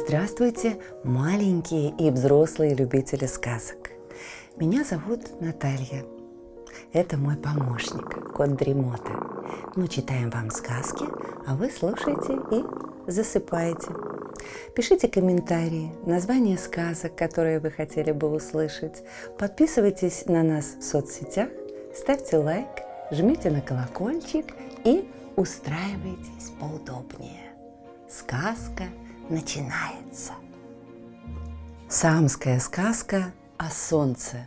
Здравствуйте, маленькие и взрослые любители сказок. Меня зовут Наталья. Это мой помощник, кот Дремота. Мы читаем вам сказки, а вы слушаете и засыпаете. Пишите комментарии, названия сказок, которые вы хотели бы услышать. Подписывайтесь на нас в соцсетях, ставьте лайк, жмите на колокольчик и устраивайтесь поудобнее. Сказка начинается. Саамская сказка о солнце.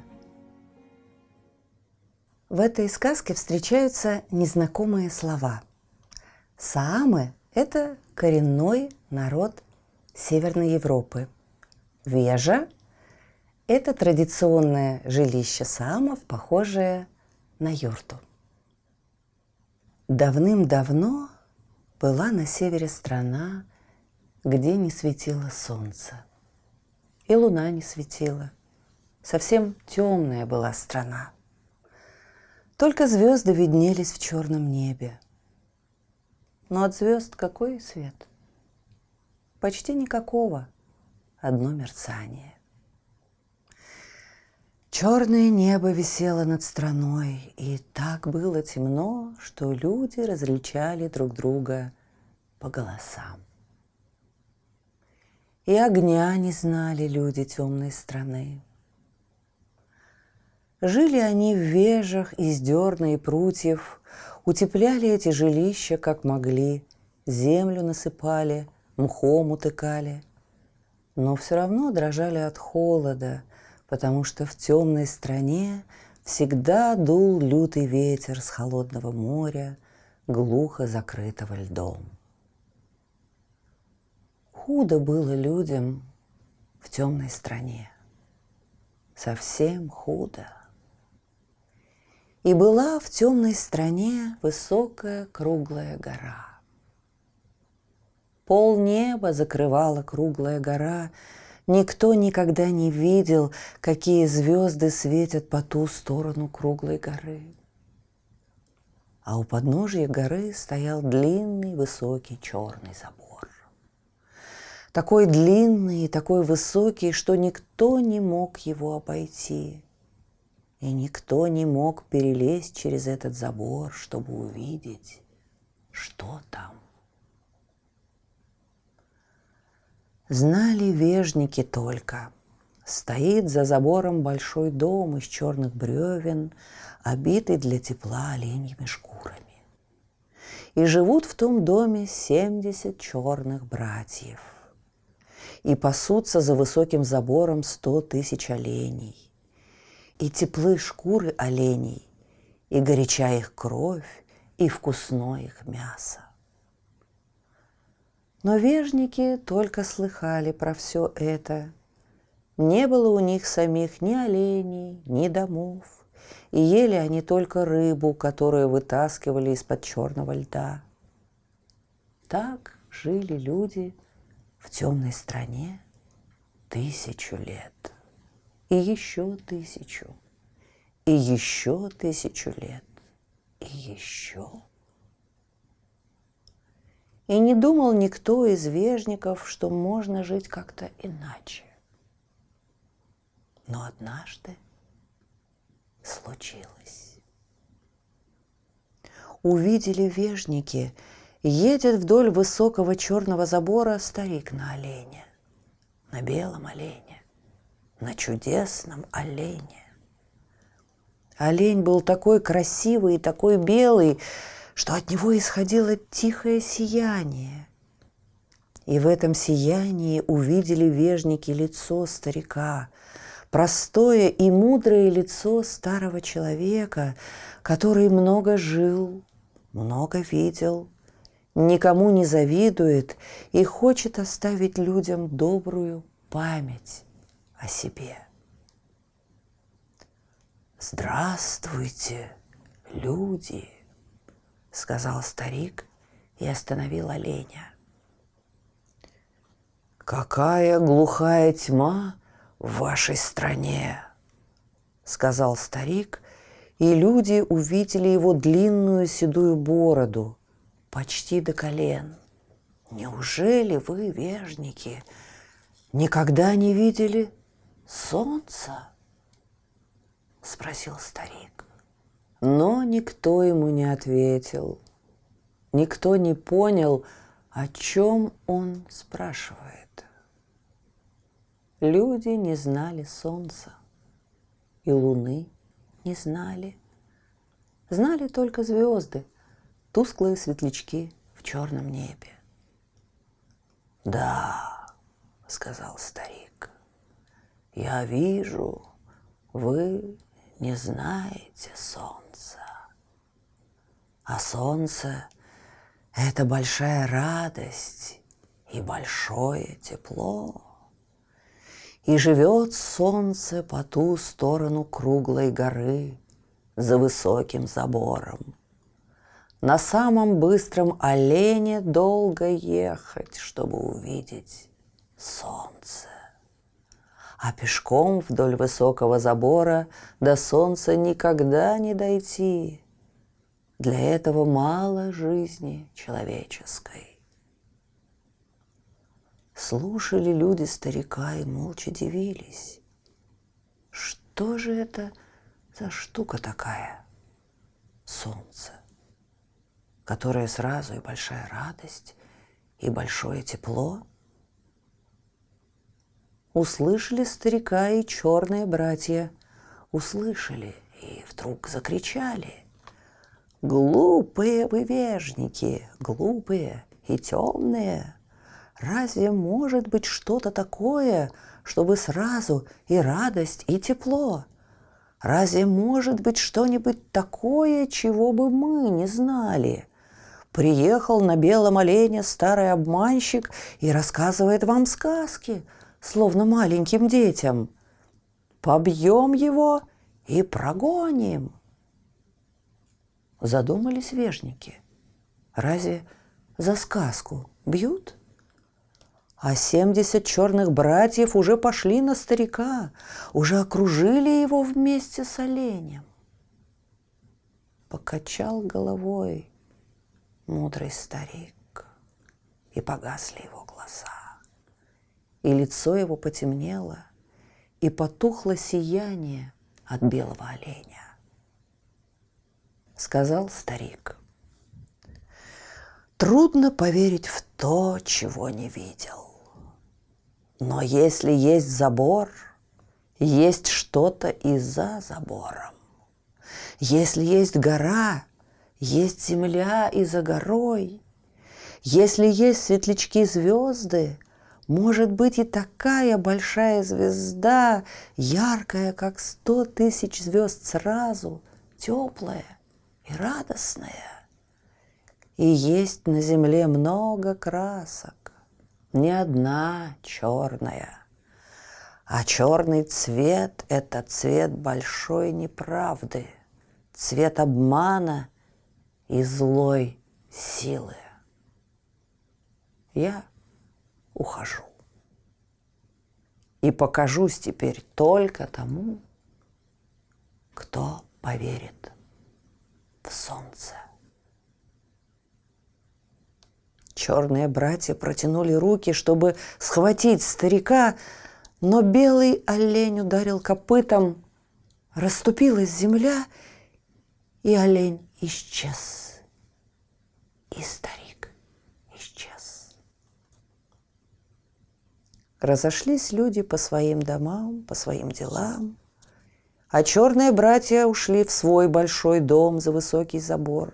В этой сказке встречаются незнакомые слова. Саамы – это коренной народ Северной Европы. Вежа – это традиционное жилище саамов, похожее на юрту. Давным-давно была на севере страна, где не светило солнце, и луна не светила. Совсем темная была страна. Только звезды виднелись в черном небе. Но от звезд какой свет? Почти никакого. Одно мерцание. Черное небо висело над страной, и так было темно, что люди различали друг друга по голосам. И огня не знали люди темной страны. Жили они в вежах из дерна и прутьев, утепляли эти жилища как могли, землю насыпали, мхом утыкали, но все равно дрожали от холода, потому что в темной стране всегда дул лютый ветер с холодного моря, глухо закрытого льдом. Худо было людям в темной стране, совсем худо. И была в темной стране высокая круглая гора. Полнеба закрывала круглая гора. Никто никогда не видел, какие звезды светят по ту сторону круглой горы. А у подножия горы стоял длинный высокий черный забор. Такой длинный и такой высокий, что никто не мог его обойти. И никто не мог перелезть через этот забор, чтобы увидеть, что там. Знали вежники только. Стоит за забором большой дом из черных бревен, обитый для тепла оленьими шкурами. И живут в том доме 70 черных братьев. И пасутся за высоким забором 100 тысяч оленей. И теплы шкуры оленей, и горяча их кровь, и вкусно их мясо. Но вежники только слыхали про все это. Не было у них самих ни оленей, ни домов, и ели они только рыбу, которую вытаскивали из-под черного льда. Так жили люди в темной стране 1000 лет. И еще 1000, и еще 1000 лет, и еще. И не думал никто из вежников, что можно жить как-то иначе. Но однажды случилось. Увидели вежники, едет вдоль высокого черного забора старик на олене, на белом олене, на чудесном олене. Олень был такой красивый и такой белый, что от него исходило тихое сияние. И в этом сиянии увидели вежники лицо старика, простое и мудрое лицо старого человека, который много жил, много видел, никому не завидует и хочет оставить людям добрую память о себе. «Здравствуйте, люди!» — сказал старик и остановил оленя. «Какая глухая тьма в вашей стране!» — сказал старик, и люди увидели его длинную седую бороду почти до колен. «Неужели вы, вежники, никогда не видели солнца?» — спросил старик. Но никто ему не ответил. Никто не понял, о чем он спрашивает. Люди не знали солнца, и луны не знали. Знали только звезды, тусклые светлячки в черном небе. «Да, — сказал старик, — я вижу, вы не знаете солнца. А солнце — это большая радость и большое тепло. И живет солнце по ту сторону круглой горы, за высоким забором. На самом быстром олене долго ехать, чтобы увидеть солнце. А пешком вдоль высокого забора до солнца никогда не дойти. Для этого мало жизни человеческой». Слушали люди старика и молча дивились. Что же это за штука такая? Солнце, которое сразу и большая радость, и большое тепло. Услышали старика и черные братья, услышали и вдруг закричали: «Глупые вы вежники, глупые и темные! Разве может быть что-то такое, чтобы сразу и радость, и тепло? Разве может быть что-нибудь такое, чего бы мы не знали? Приехал на белом олене старый обманщик и рассказывает вам сказки, словно маленьким детям. Побьем его и прогоним». Задумались вежники. Разве за сказку бьют? А 70 черных братьев уже пошли на старика, уже окружили его вместе с оленем. Покачал головой мудрый старик, и погасли его глаза, и лицо его потемнело, и потухло сияние от белого оленя. Сказал старик: «Трудно поверить в то, чего не видел. Но если есть забор, есть что-то и за забором. Если есть гора, есть земля и за горой. Если есть светлячки звезды, может быть и такая большая звезда, яркая, как 100 000 звезд сразу, теплая и радостная. И есть на земле много красок, не одна черная. А черный цвет – это цвет большой неправды, цвет обмана и злой силы. Я ухожу и покажусь теперь только тому, кто поверит в солнце». Черные братья протянули руки, чтобы схватить старика, но белый олень ударил копытом, расступилась земля, и олень исчез, и старик исчез. Разошлись люди по своим домам, по своим делам, а черные братья ушли в свой большой дом за высокий забор.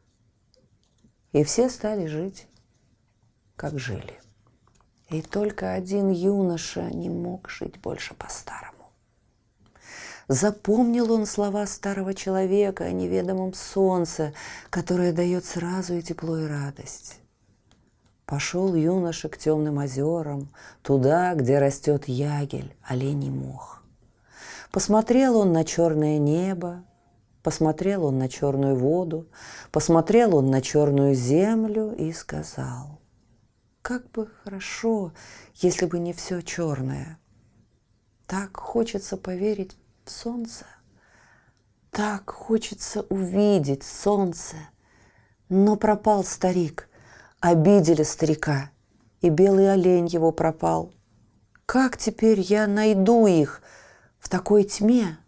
И все стали жить, как жили. И только один юноша не мог жить больше по-старому. Запомнил он слова старого человека о неведомом солнце, которое дает сразу и тепло, и радость. Пошел юноша к темным озерам, туда, где растет ягель, оленей мох. Посмотрел он на черное небо, посмотрел он на черную воду, посмотрел он на черную землю и сказал: «Как бы хорошо, если бы не все черное. Так хочется поверить в солнце, так хочется увидеть солнце». Но пропал старик, обидели старика, и белый олень его пропал. как теперь я найду их в такой тьме?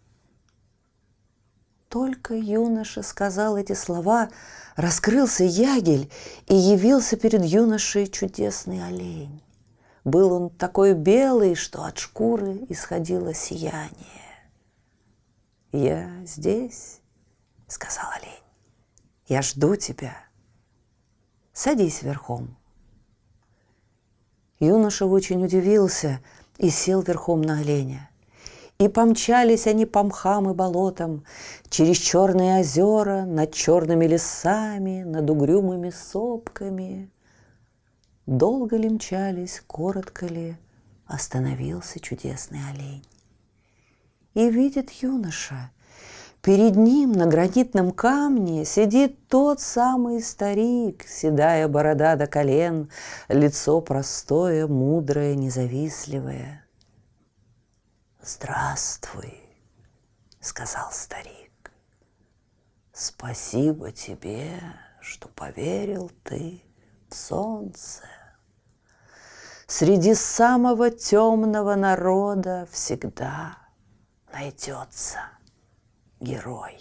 Только юноша сказал эти слова, раскрылся ягель, и явился перед юношей чудесный олень. Был он такой белый, что от шкуры исходило сияние. «Я здесь», — сказал олень, — «я жду тебя. Садись верхом». Юноша очень удивился и сел верхом на оленя. И помчались они по мхам и болотам, через черные озера, над черными лесами, над угрюмыми сопками. Долго ли мчались, коротко ли, остановился чудесный олень. И видит юноша, перед ним на гранитном камне сидит тот самый старик, седая борода до колен, лицо простое, мудрое, независтливое. «Здравствуй», — сказал старик. «Спасибо тебе, что поверил ты в солнце. Среди самого темного народа всегда найдется герой.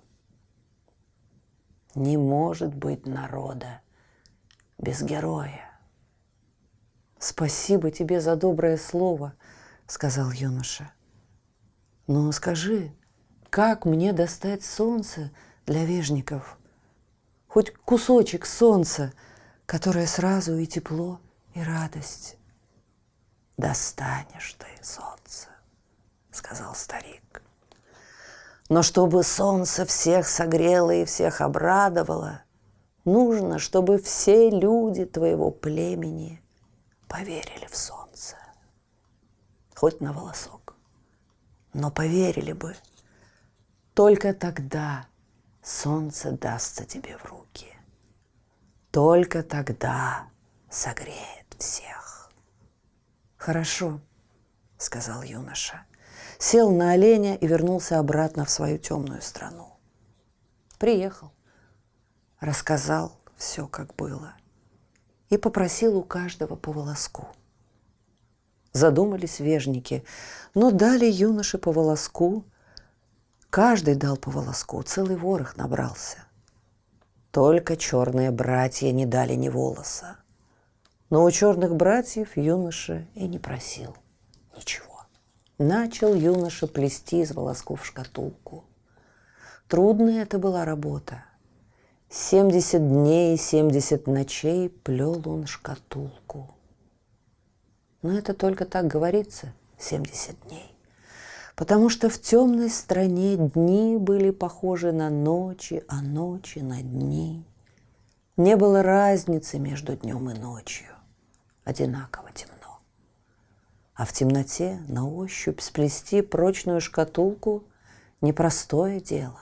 Не может быть народа без героя». «Спасибо тебе за доброе слово», — сказал юноша. «Но скажи, как мне достать солнце для вежников? Хоть кусочек солнца, которое сразу и тепло, и радость». «Достанешь ты солнце», — сказал старик. «Но чтобы солнце всех согрело и всех обрадовало, нужно, чтобы все люди твоего племени поверили в солнце. Хоть на волосок, но поверили бы. Только тогда солнце дастся тебе в руки. Только тогда согреет всех». «Хорошо», — сказал юноша, сел на оленя и вернулся обратно в свою темную страну. Приехал, рассказал все, как было, и попросил у каждого по волоску. Задумались вежники, но дали юноше по волоску. Каждый дал по волоску, целый ворох набрался. Только черные братья не дали ни волоса. Но у черных братьев юноша и не просил ничего. Начал юноша плести из волосков шкатулку. Трудная это была работа. 70 дней и 70 ночей плел он шкатулку. Но это только так говорится, 70 дней. Потому что в темной стране дни были похожи на ночи, а ночи на дни. Не было разницы между днем и ночью. Одинаково темно. А в темноте на ощупь сплести прочную шкатулку – непростое дело.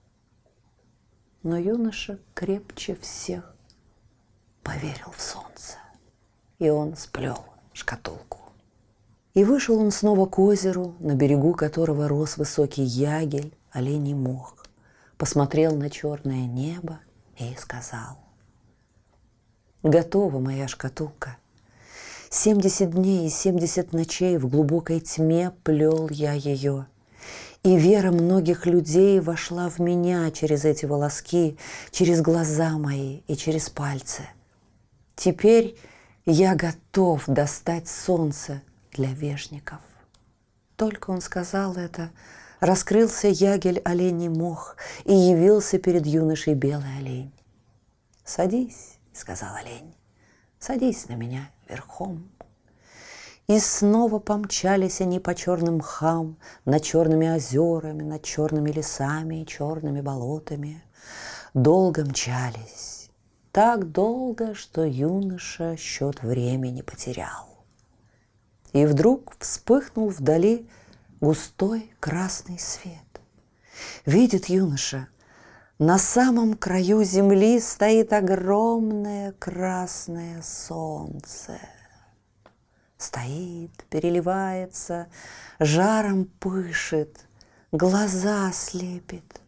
Но юноша крепче всех поверил в солнце, и он сплел шкатулку. И вышел он снова к озеру, на берегу которого рос высокий ягель, оленей мох, посмотрел на черное небо и сказал: «Готова моя шкатулка. 70 дней и 70 ночей в глубокой тьме плел я ее, и вера многих людей вошла в меня через эти волоски, через глаза мои и через пальцы. Теперь я готов достать солнце для вежников». Только он сказал это, раскрылся ягель оленей мох, и явился перед юношей белый олень. «Садись», — сказал олень, — «садись на меня верхом». И снова помчались они по черным мхам, над черными озерами, над черными лесами и черными болотами. Долго мчались, так долго, что юноша счет времени потерял. И вдруг вспыхнул вдали густой красный свет. Видит юноша, на самом краю земли стоит огромное красное солнце. Стоит, переливается, жаром пышет, глаза слепит.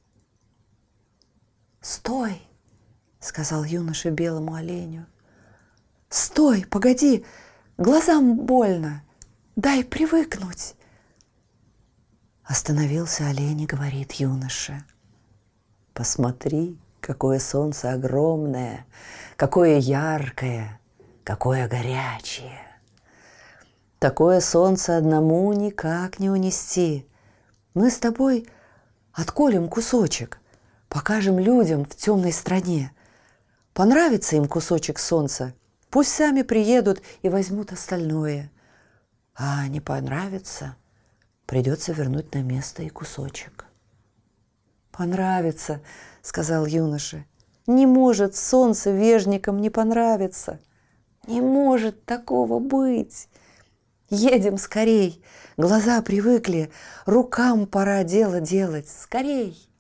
«Стой!» — сказал юноша белому оленю. «Стой, погоди, глазам больно!» дай привыкнуть. Остановился олень и говорит юноше: посмотри, какое солнце огромное, какое яркое, какое горячее. Такое солнце одному никак не унести. Мы с тобой отколем кусочек, покажем людям в темной стране. Понравится им кусочек солнца, пусть сами приедут и возьмут остальное. А не понравится, придется вернуть на место и кусочек. «Понравится», — сказал юноша. «Не может солнце вежникам не понравиться. Не может такого быть. Едем скорей, глаза привыкли, рукам пора дело делать. Скорей!»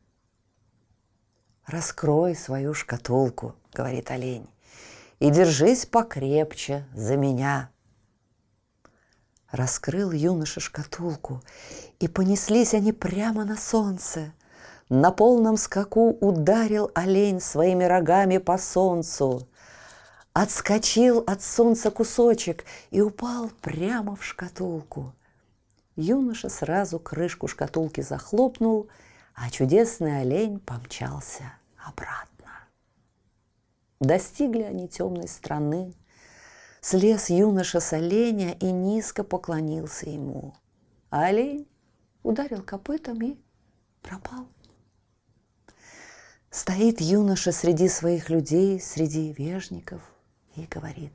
«Раскрой свою шкатулку», — говорит олень, «и держись покрепче за меня». Раскрыл юноша шкатулку, и понеслись они прямо на солнце. На полном скаку ударил олень своими рогами по солнцу. Отскочил от солнца кусочек и упал прямо в шкатулку. Юноша сразу крышку шкатулки захлопнул, а чудесный олень помчался обратно. Достигли они темной страны. Слез юноша с оленя и низко поклонился ему. А олень ударил копытом и пропал. Стоит юноша среди своих людей, среди вежников, и говорит: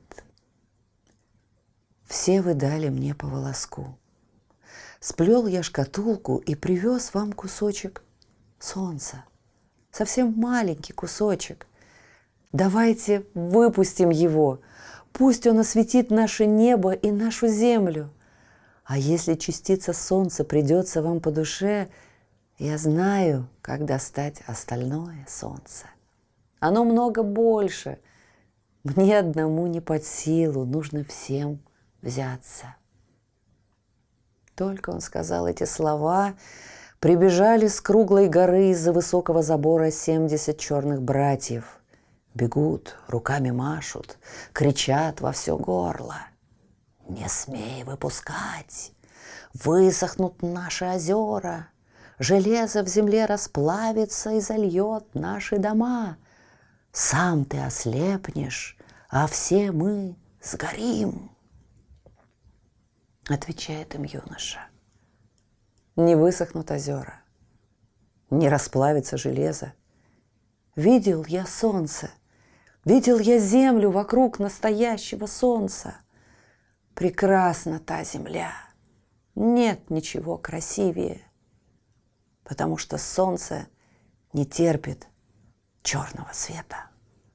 все вы дали мне по волоску. Сплел я шкатулку и привез вам кусочек солнца. Совсем маленький кусочек. Давайте выпустим его. Пусть он осветит наше небо и нашу землю. А если частица солнца придется вам по душе, я знаю, как достать остальное солнце. Оно много больше. Мне одному не под силу, нужно всем взяться. Только он сказал эти слова, прибежали с круглой горы из-за высокого забора 70 черных братьев. Бегут, руками машут, кричат во все горло: «Не смей выпускать! Высохнут наши озера! Железо в земле расплавится и зальет наши дома! Сам ты ослепнешь, а все мы сгорим!» Отвечает им юноша: не высохнут озера, не расплавится железо. Видел я солнце, видел я землю вокруг настоящего солнца. Прекрасна та земля, нет ничего красивее, потому что солнце не терпит черного света.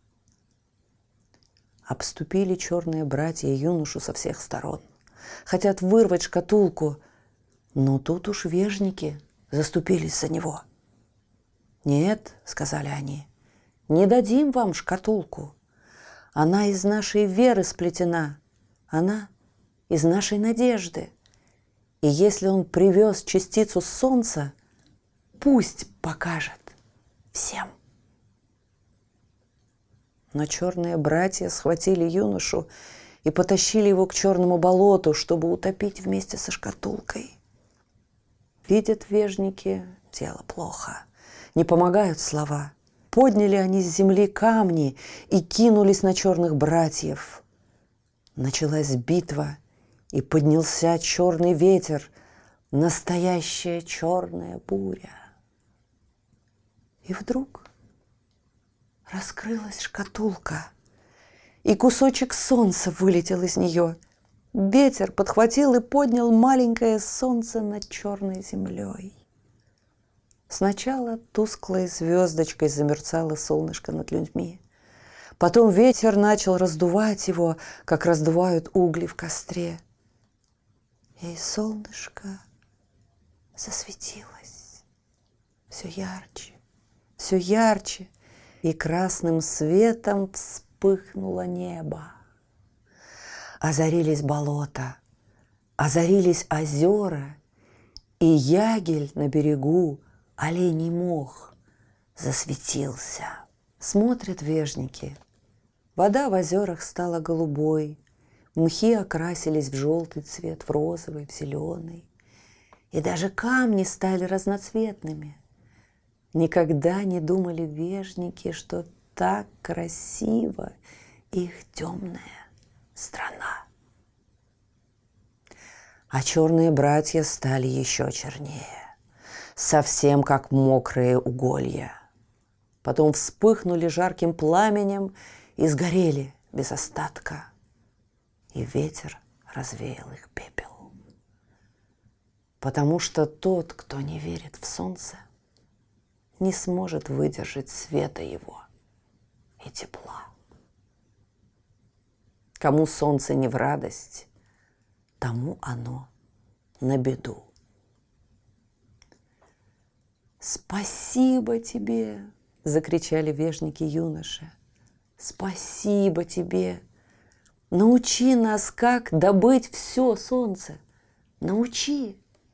Обступили черные братья юношу со всех сторон. Хотят вырвать шкатулку, но тут уж вежники заступились за него. «Нет, — сказали они, — не дадим вам шкатулку. Она из нашей веры сплетена, она из нашей надежды. И если он привез частицу солнца, пусть покажет всем». Но черные братья схватили юношу и потащили его к черному болоту, чтобы утопить вместе со шкатулкой. Видят вежники, дело плохо, не помогают слова. Подняли они с земли камни и кинулись на черных братьев. Началась битва, и поднялся черный ветер, настоящая черная буря. И вдруг раскрылась шкатулка, и кусочек солнца вылетел из нее. Ветер подхватил и поднял маленькое солнце над черной землей. Сначала тусклой звездочкой замерцало солнышко над людьми. Потом ветер начал раздувать его, как раздувают угли в костре. И солнышко засветилось все ярче, и красным светом вспыхнуло небо. Озарились болота, озарились озера, и ягель на берегу, оленей мох, засветился. Смотрят вежники. Вода в озерах стала голубой, Мхи окрасились в желтый цвет, в розовый, в зеленый. И даже камни стали разноцветными. Никогда не думали вежники, что так красиво их темная страна. А черные братья стали еще чернее, совсем как мокрые уголья. Потом вспыхнули жарким пламенем и сгорели без остатка. И ветер развеял их пепел. Потому что тот, кто не верит в солнце, не сможет выдержать света его и тепла. Кому солнце не в радость, тому оно на беду. «Спасибо тебе!» — закричали вежники юноши. «Спасибо тебе! Научи нас, как добыть все солнце! Научи!»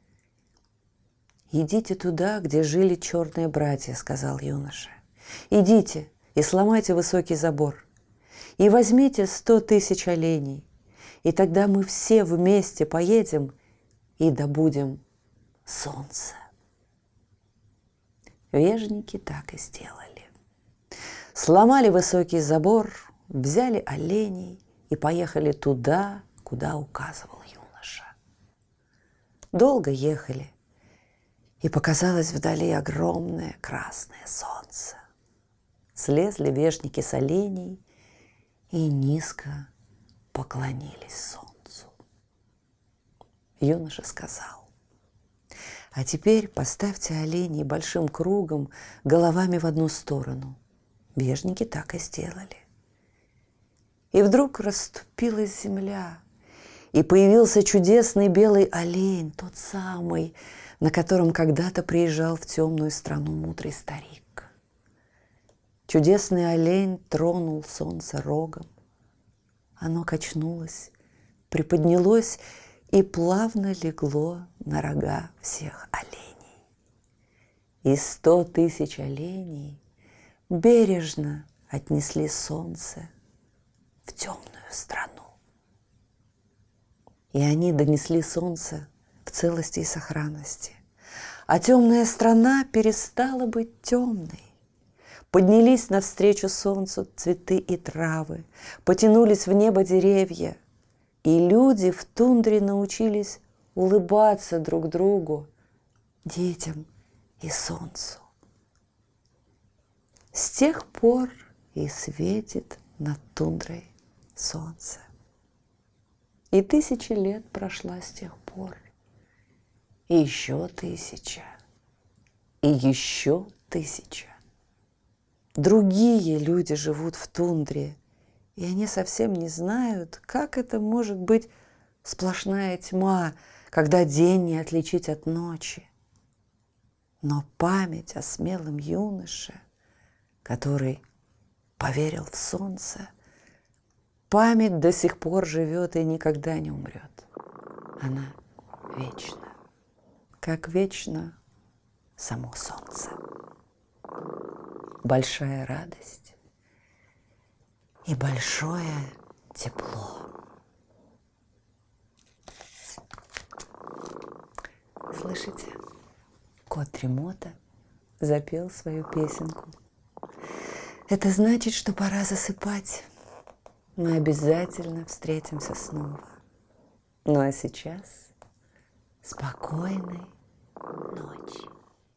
«Идите туда, где жили черные братья», — сказал юноша. «Идите и сломайте высокий забор, и возьмите 100 000 оленей, и тогда мы все вместе поедем и добудем солнце». Вежники так и сделали. Сломали высокий забор, взяли оленей и поехали туда, куда указывал юноша. Долго ехали, и показалось вдали огромное красное солнце. Слезли вежники с оленей и низко поклонились солнцу. Юноша сказал: «А теперь поставьте оленей большим кругом, головами в одну сторону». Вежники так и сделали. И вдруг расступилась земля, и появился чудесный белый олень, тот самый, на котором когда-то приезжал в темную страну мудрый старик. Чудесный олень тронул солнце рогом. Оно качнулось, приподнялось и плавно легло на рога всех оленей. И 100 000 оленей бережно отнесли солнце в темную страну. И они донесли солнце в целости и сохранности. А темная страна перестала быть темной. Поднялись навстречу солнцу цветы и травы, потянулись в небо деревья, и люди в тундре научились улыбаться друг другу, детям и солнцу. С тех пор и светит над тундрой солнце. И 1000 лет прошла с тех пор, и еще 1000, и еще 1000. Другие люди живут в тундре, и они совсем не знают, как это может быть сплошная тьма, когда день не отличить от ночи. Но память о смелом юноше, который поверил в солнце, память до сих пор живет и никогда не умрет. Она вечна, как вечно само солнце. Большая радость и большое тепло. Слышите? Кот Тремота запел свою песенку. Это значит, что пора засыпать. Мы обязательно встретимся снова. Ну а сейчас спокойной ночи.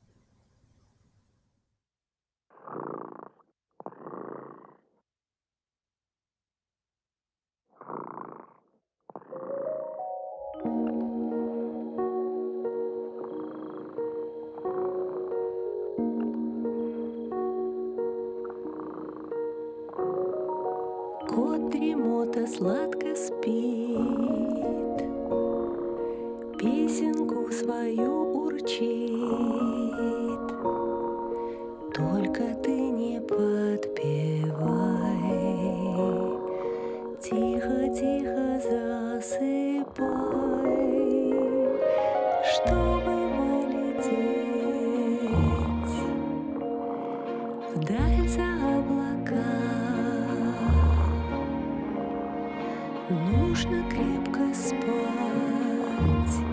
Кот Тремота сладко спит, песенку свою урчит. Только ты не подпевай, тихо-тихо засыпай, чтобы полететь вдаль за облака. нужно крепко спать.